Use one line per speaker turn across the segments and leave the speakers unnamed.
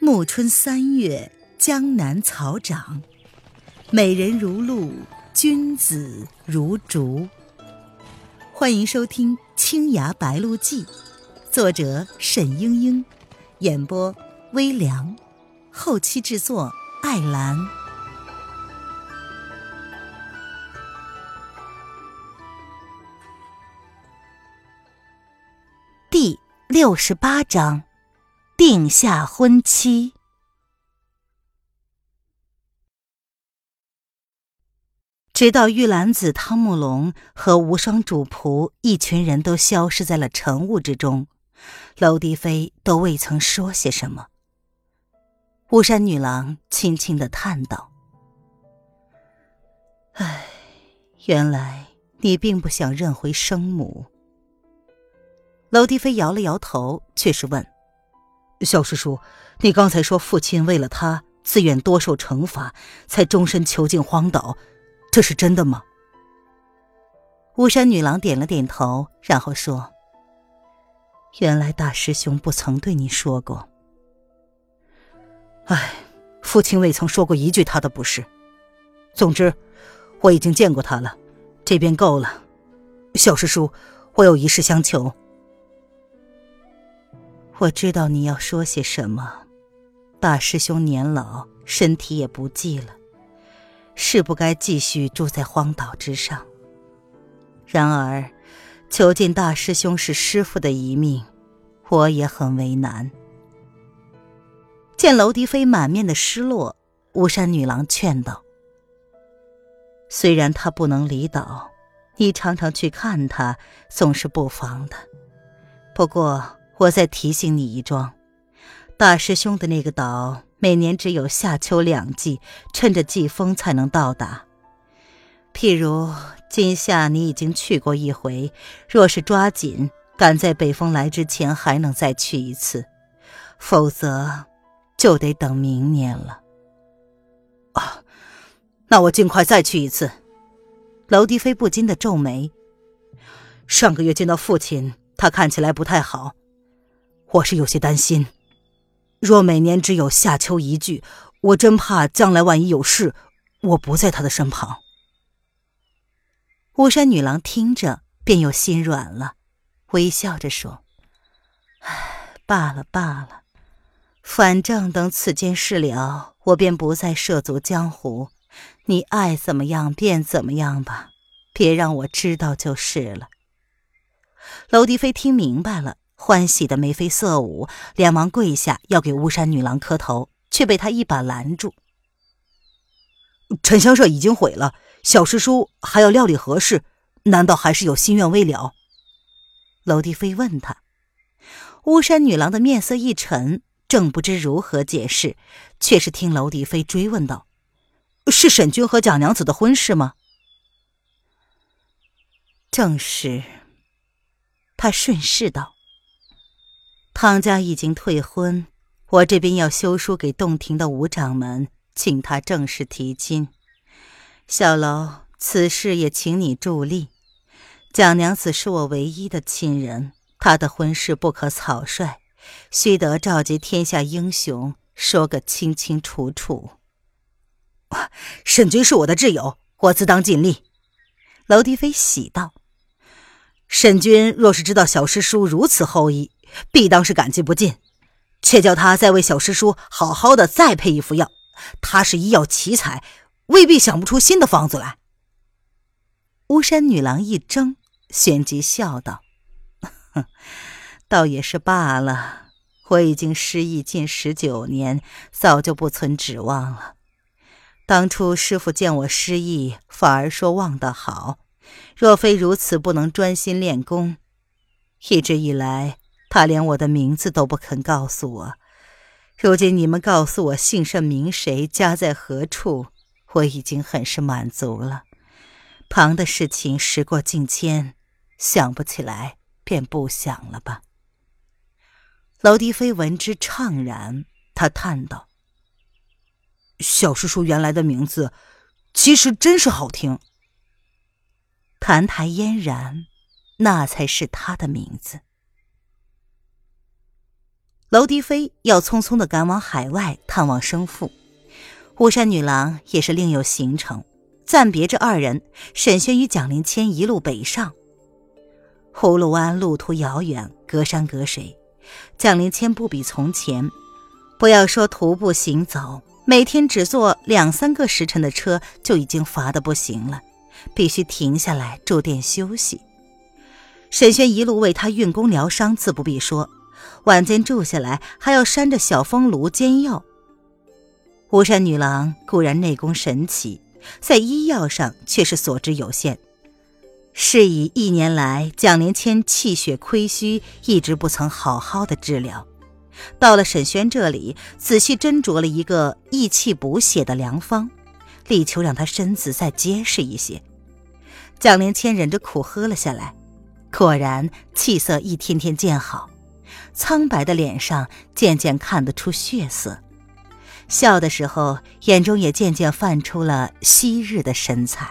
暮春3月，江南草长，美人如露，君子如竹。欢迎收听《青崖白鹿记》，作者沈英英，演播微凉，后期制作艾兰。第68章，定下婚期。直到玉兰子、汤沐龙和无双主仆一群人都消失在了晨雾之中，娄迪飞都未曾说些什么。巫山女郎轻轻地叹道：唉，原来你并不想认回生母。娄迪飞摇了摇头，却是问：小师叔，你刚才说父亲为了他自愿多受惩罚，才终身囚禁荒岛，这是真的吗？巫山女郎点了点头，然后说：原来大师兄不曾对你说过。唉，父亲未曾说过一句他的不是。总之我已经见过他了，这便够了。小师叔，我有一事相求。我知道你要说些什么，大师兄年老，身体也不济了，是不该继续住在荒岛之上。然而囚禁大师兄是师父的遗命，我也很为难。见娄迪飞满面的失落，巫山女郎劝道：虽然他不能离岛，你常常去看他总是不妨的。不过我再提醒你一桩，大师兄的那个岛每年只有夏秋2季，趁着季风才能到达。譬如今夏你已经去过一回，若是抓紧赶在北风来之前还能再去一次，否则就得等明年了。啊，那我尽快再去一次。娄迪飞不禁地皱眉，上个月见到父亲，他看起来不太好，我是有些担心。若每年只有夏秋一聚，我真怕将来万一有事，我不在他的身旁。巫山女郎听着便又心软了，微笑着说：唉，罢了罢了，反正等此件事了，我便不再涉足江湖，你爱怎么样便怎么样吧，别让我知道就是了。娄迪飞听明白了，欢喜的眉飞色舞，连忙跪下要给巫山女郎磕头，却被他一把拦住。沉香社已经毁了，小师叔还要料理何事？难道还是有心愿未了？娄迪飞问他。巫山女郎的面色一沉，正不知如何解释，却是听娄迪飞追问道：是沈君和蒋娘子的婚事吗？正是。他顺势道：汤家已经退婚，我这边要修书给洞庭的吴掌门，请他正式提亲。小娄，此事也请你助力。蒋娘子是我唯一的亲人，她的婚事不可草率，须得召集天下英雄，说个清清楚楚。沈君是我的挚友，我自当尽力。娄迪飞喜道：沈君若是知道小师叔如此厚意，必当是感激不尽，且叫他再为小师叔好好的再配一副药，他是医药奇才，未必想不出新的方子来。巫山女郎一怔，旋即笑道：倒也是罢了，我已经失忆近19年，早就不存指望了。当初师父见我失忆，反而说忘得好，若非如此不能专心练功，一直以来他连我的名字都不肯告诉我。如今你们告诉我姓甚名谁，家在何处，我已经很是满足了。旁的事情时过境迁，想不起来便不想了吧。娄迪飞闻之怅然，他叹道：小师叔原来的名字其实真是好听。澹台嫣然，那才是他的名字。 娄迪飞要匆匆地赶往海外探望生父，巫山女郎也是另有行程。暂别这二人，沈轩与蒋灵谦一路北上。葫芦湾路途遥远，隔山隔水，蒋灵谦不比从前，不要说徒步行走，每天只坐2-3个时辰的车就已经乏得不行了，必须停下来住店休息。沈轩一路为他运功疗伤，自不必说，晚间住下来还要扇着小风炉煎药。巫山女郎固然内功神奇，在医药上却是所知有限，是以1年来蒋灵谦气血亏虚，一直不曾好好的治疗。到了沈轩这里，仔细斟酌了一个益气补血的良方，力求让他身子再结实一些。蒋灵谦忍着苦喝了下来，果然气色一天天渐好，苍白的脸上渐渐看得出血色，笑的时候眼中也渐渐泛出了昔日的神采。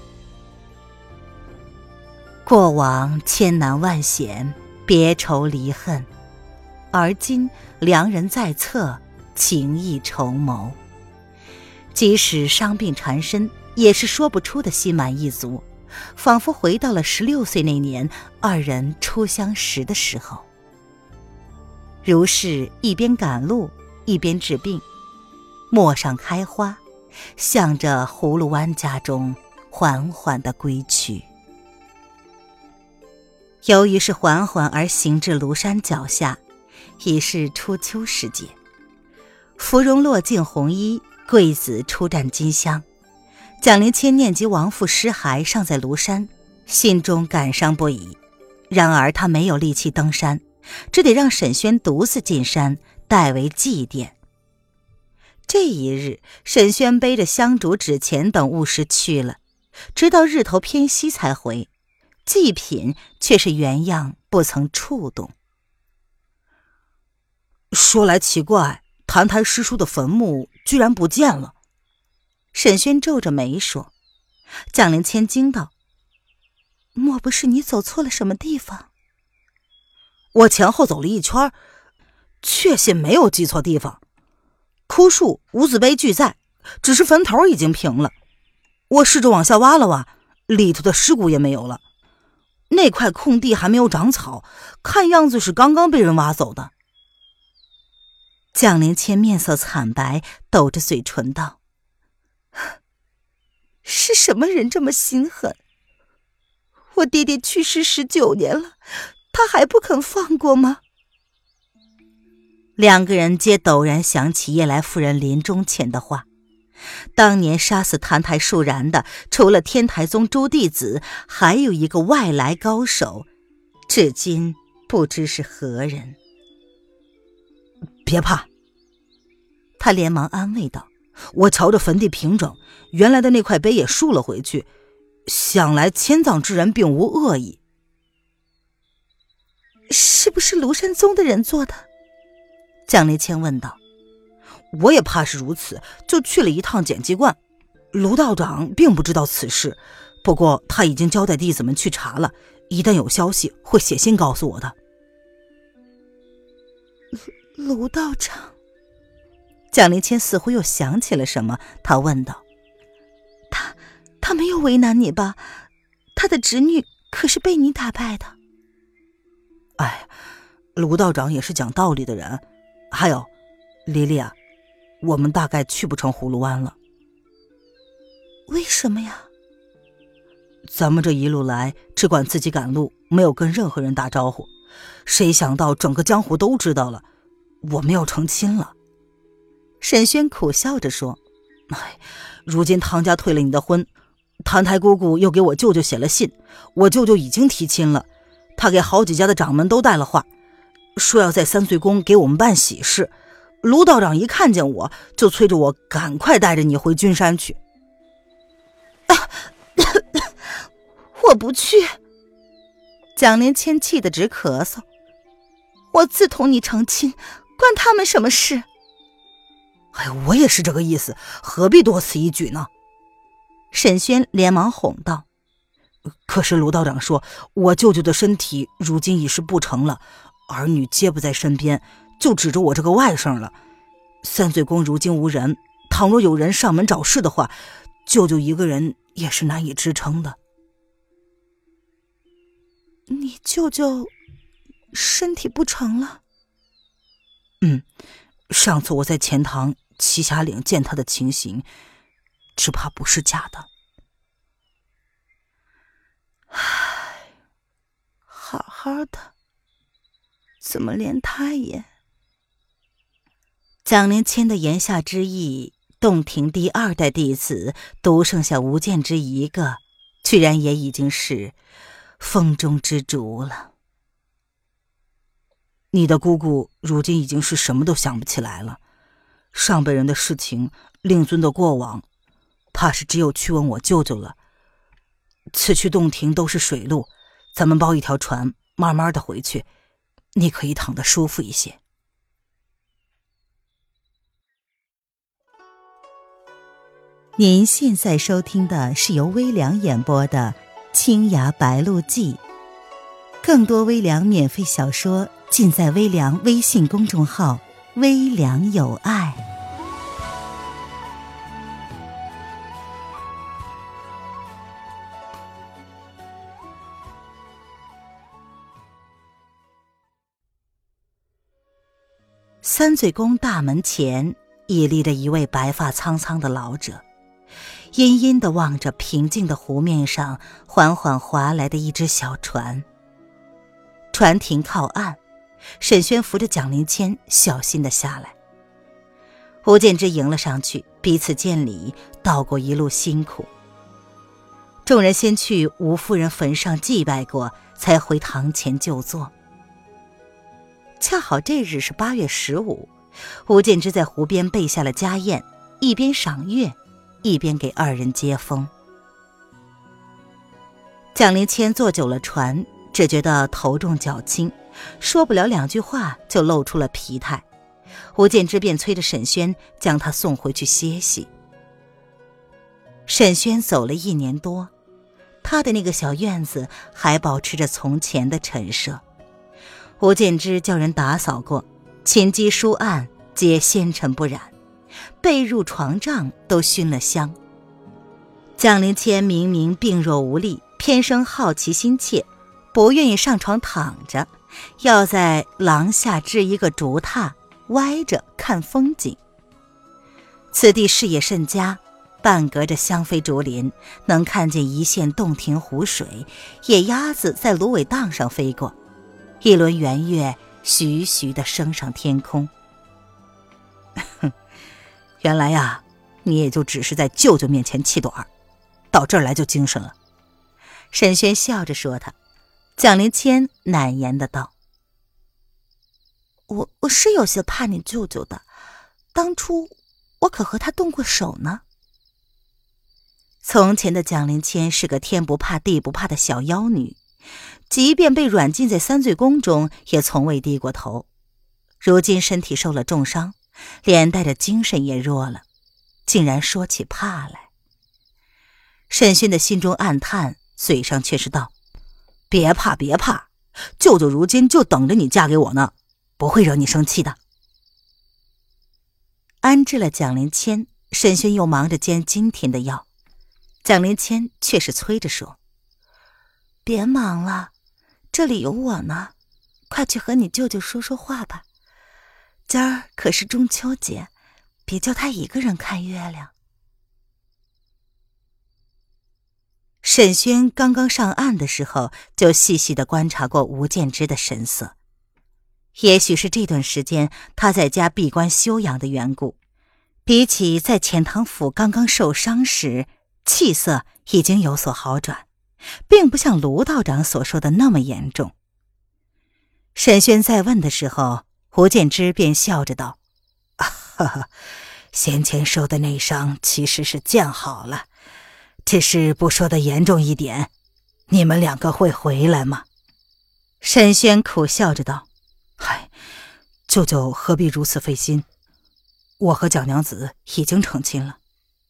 过往千难万险，别愁离恨，而今良人在侧，情意筹谋。即使伤病缠身，也是说不出的心满意足，仿佛回到了16岁那年二人初相识的时候。如是一边赶路一边治病，陌上开花，向着葫芦湾家中缓缓地归去。由于是缓缓而行至庐山脚下，已是初秋时节，芙蓉落尽红衣，桂子初绽金香。蒋灵谦念及亡父尸骸尚在庐山，心中感伤不已。然而他没有力气登山，只得让沈轩独自进山，代为祭奠。这一日，沈轩背着香烛、纸钱等物事去了，直到日头偏西才回，祭品却是原样，不曾触动。
说来奇怪，澹台师叔的坟墓居然不见了。
沈轩皱着眉说。蒋灵谦惊道：莫不是你走错了什么地方？
我前后走了一圈，确信没有记错地方。枯树、无字碑俱在，只是坟头已经平了。我试着往下挖了挖，里头的尸骨也没有了。那块空地还没有长草，看样子是刚刚被人挖走的。
蒋灵谦面色惨白，抖着嘴唇道：是什么人这么心狠？我爹爹去世19年了，他还不肯放过吗？两个人皆陡然想起叶来夫人临终前的话，当年杀死澹台树然的，除了天台宗诸弟子，还有一个外来高手，至今不知是何人。
别怕，
他连忙安慰道，
我瞧着坟地平整，原来的那块碑也竖了回去，想来迁葬之人并无恶意。
是不是庐山宗的人做的？蒋灵谦问道。
我也怕是如此，就去了一趟简记观。卢道长并不知道此事，不过他已经交代弟子们去查了，一旦有消息会写信告诉我的。
卢道长，蒋灵谦似乎又想起了什么，他问道：他没有为难你吧？他的侄女可是被你打败的。
哎，卢道长也是讲道理的人。还有，莉莉啊，我们大概去不成葫芦湾了。
为什么呀？
咱们这一路来只管自己赶路，没有跟任何人打招呼，谁想到整个江湖都知道了，我们要成亲了。
沈轩苦笑着说：
如今唐家退了你的婚，澹台姑姑又给我舅舅写了信，我舅舅已经提亲了，他给好几家的掌门都带了话，说要在三岁宫给我们办喜事。卢道长一看见我就催着我赶快带着你回君山去。
我不去。蒋灵谦气得直咳嗽，我自同你成亲，关他们什么事？
我也是这个意思，何必多此一举呢？
沈轩连忙哄道。
可是卢道长说，我舅舅的身体如今已是不成了，儿女皆不在身边， 就指着我这个外甥了。三岁宫如今无人，倘若有人上门找事的话，舅舅一个人也是难以支撑的。
你舅舅身体不成了？
上次我在钱塘栖霞岭见他的情形，只怕不是假的。
唉，好好的，怎么连他也……蒋灵谦的言下之意，洞庭第2代弟子独剩下吴建之一个，居然也已经是风中之烛了。
你的姑姑如今已经是什么都想不起来了，上辈人的事情，令尊的过往，怕是只有去问我舅舅了。此去洞庭都是水路，咱们包一条船，慢慢的回去，你可以躺得舒服一些。
您现在收听的是由微凉演播的《青崖白鹿记》，更多微凉免费小说尽在微凉微信公众号“微凉有爱”。三醉宫大门前屹立着一位白发苍苍的老者，阴阴地望着平静的湖面上缓缓划来的一只小船。船停靠岸，沈轩扶着蒋灵谦小心地下来。吴建之迎了上去，彼此见礼，道过一路辛苦。众人先去吴夫人坟上祭拜过，才回堂前就坐。恰好这日是8月15，吴建之在湖边备下了家宴，一边赏月，一边给2人接风。蒋灵谦坐久了船，只觉得头重脚轻，说不了2句话就露出了疲态。吴建之便催着沈轩将他送回去歇息。沈轩走了1年多，他的那个小院子还保持着从前的陈设。吴建之叫人打扫过，琴几书案皆纤尘不染，被褥床帐都熏了香。蒋灵谦明明病弱无力，偏生好奇心切，不愿意上床躺着，要在廊下支一个竹榻，歪着看风景。此地视野甚佳，半隔着香妃竹林，能看见一线洞庭湖水，野鸭子在芦苇荡上飞过，一轮圆月徐徐地升上天空。
原来呀，你也就只是在舅舅面前气短，到这儿来就精神了。
沈轩笑着说他。蒋灵谦难言的道：我是有些怕你舅舅的，当初我可和他动过手呢。从前的蒋灵谦是个天不怕地不怕的小妖女，即便被软禁在三醉宫中，也从未低过头。如今身体受了重伤，连带着精神也弱了，竟然说起怕来。沈轩的心中暗叹，嘴上却是道：
别怕别怕，舅舅如今就等着你嫁给我呢，不会惹你生气的。
安置了蒋灵谦，沈轩又忙着煎今天的药。蒋灵谦却是催着说：别忙了，这里有我呢，快去和你舅舅说说话吧。今儿可是中秋节，别叫他一个人看月亮。沈轩刚刚上岸的时候，就细细地观察过吴建之的神色。也许是这段时间他在家闭关休养的缘故，比起在钱塘府刚刚受伤时，气色已经有所好转，并不像卢道长所说的那么严重。沈轩再问的时候，吴建之便笑着道：
哈哈，先前受的内伤其实是见好了，只是不说的严重一点，你们2个会回来吗？
沈轩苦笑着道：
嗨，舅舅何必如此费心，我和蒋娘子已经成亲了。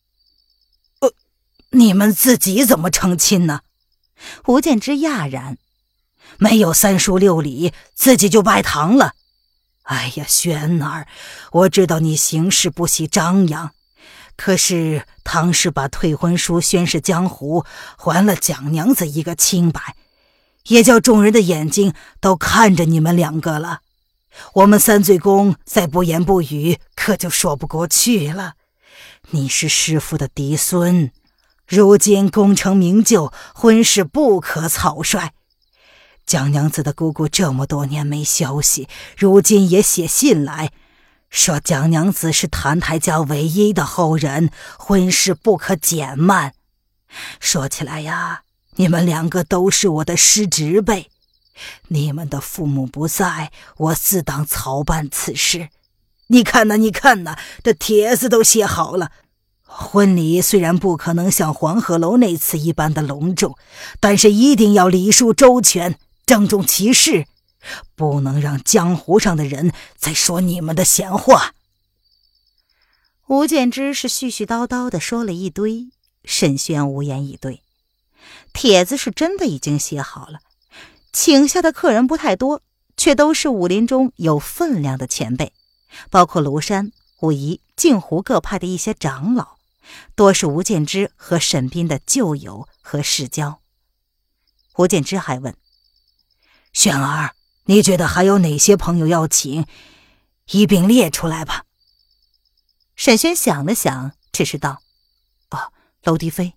你们自己怎么成亲呢？
吴建之讶然：
没有3书6礼，自己就拜堂了？ 哎呀，轩儿，我知道你行事不喜张扬，可是唐氏把退婚书宣示江湖，还了蒋娘子一个清白，也叫众人的眼睛都看着你们两个了。我们三醉公再不言不语，可就说不过去了。你是师父的嫡孙，如今功成名就，婚事不可草率。蒋娘子的姑姑这么多年没消息，如今也写信来，说蒋娘子是谭台家唯一的后人，婚事不可减慢。说起来呀，你们两个都是我的师侄辈，你们的父母不在，我自当操办此事。你看呐，这帖子都写好了。婚礼虽然不可能像黄鹤楼那次一般的隆重，但是一定要礼数周全，郑重其事，不能让江湖上的人再说你们的闲话。
吴建之是絮絮叨叨地说了一堆，沈轩无言以对。帖子是真的已经写好了，请下的客人不太多，却都是武林中有分量的前辈，包括庐山、武夷、镜湖各派的一些长老，多是吴建之和沈斌的旧友和世交。吴建之还问：
轩儿，你觉得还有哪些朋友要请，一并列出来吧。
沈轩想了想，只是道：娄迪飞。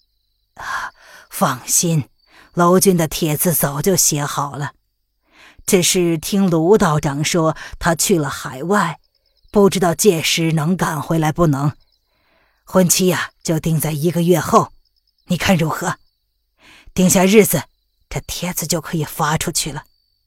放心，娄君的帖子早就写好了，只是听卢道长说他去了海外，不知道届时能赶回来不能。婚期呀，就定在1个月后，你看如何？定下日子，这帖子就可以发出去了。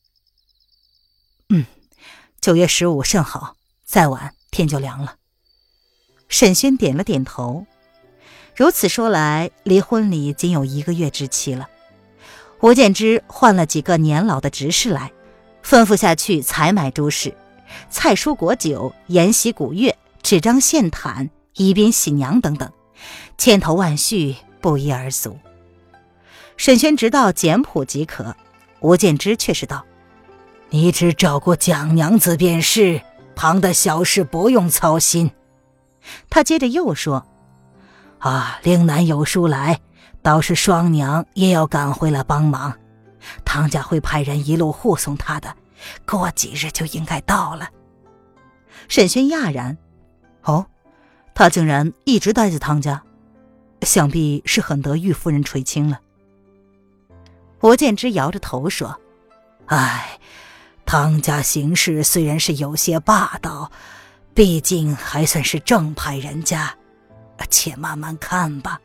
9月15甚好，再晚天就凉了。沈轩点了点头。如此说来，离婚礼仅有1个月之期了。吴建之换了几个年老的执事来，吩咐下去采买诸事，菜蔬果酒、筵席鼓乐、纸张线毯、宜宾喜娘等等，千头万绪，不一而足。沈轩直到简朴即可，吴建之却是道：
你只照顾蒋娘子便是，旁的小事不用操心。
他接着又说：
令南有书来，倒是双娘也要赶回来帮忙，唐家会派人一路护送她的，过几日就应该到了。
沈轩讶然：他竟然一直待在唐家，想必是很得玉夫人垂青了。吴建之摇着头说：
唐家行事虽然是有些霸道，毕竟还算是正派人家，且慢慢看吧。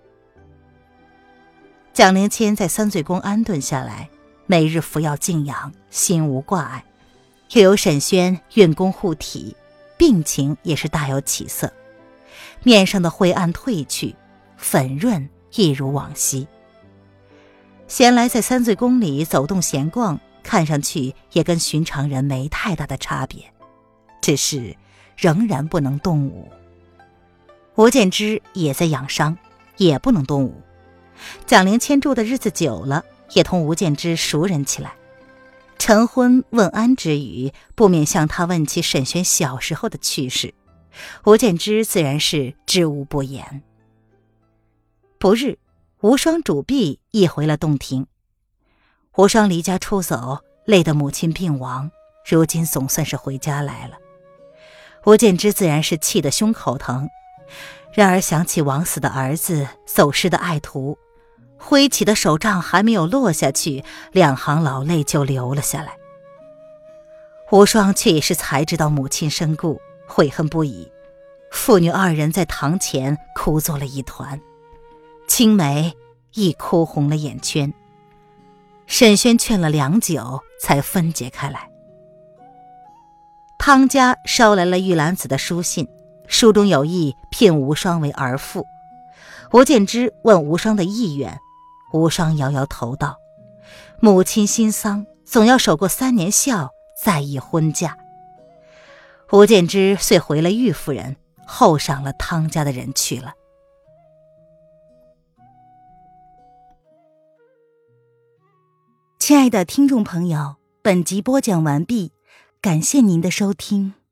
蒋灵谦在三醉宫安顿下来，每日服药静养，心无挂碍，又有沈轩运功护体，病情也是大有起色，面上的灰暗褪去，粉润一如往昔。闲来在三醉宫里走动闲逛，看上去也跟寻常人没太大的差别，只是仍然不能动武。吴建之也在养伤，也不能动武。蒋灵谦住的日子久了，也同吴建之熟人起来。晨昏问安之余，不免向他问起沈轩小时候的趣事，吴建之自然是知无不言。不日，无双主婢亦回了洞庭。无双离家出走，累得母亲病亡，如今总算是回家来了。吴建之自然是气得胸口疼，然而想起枉死的儿子，走失的爱徒，挥起的手杖还没有落下去，2行老泪就流了下来。无双却也是才知道母亲身故，悔恨不已，父女2人在堂前哭作了一团，青梅亦哭红了眼圈。沈轩劝了良久，才分解开来。汤家捎来了玉兰子的书信，书中有意聘无双为儿妇。吴建之问无双的意愿，无双摇摇头道：母亲心丧，总要守过3年孝，再议婚嫁。吴建之遂回了玉夫人，后上了汤家的人去了。亲爱的听众朋友，本集播讲完毕， 感谢您的收听。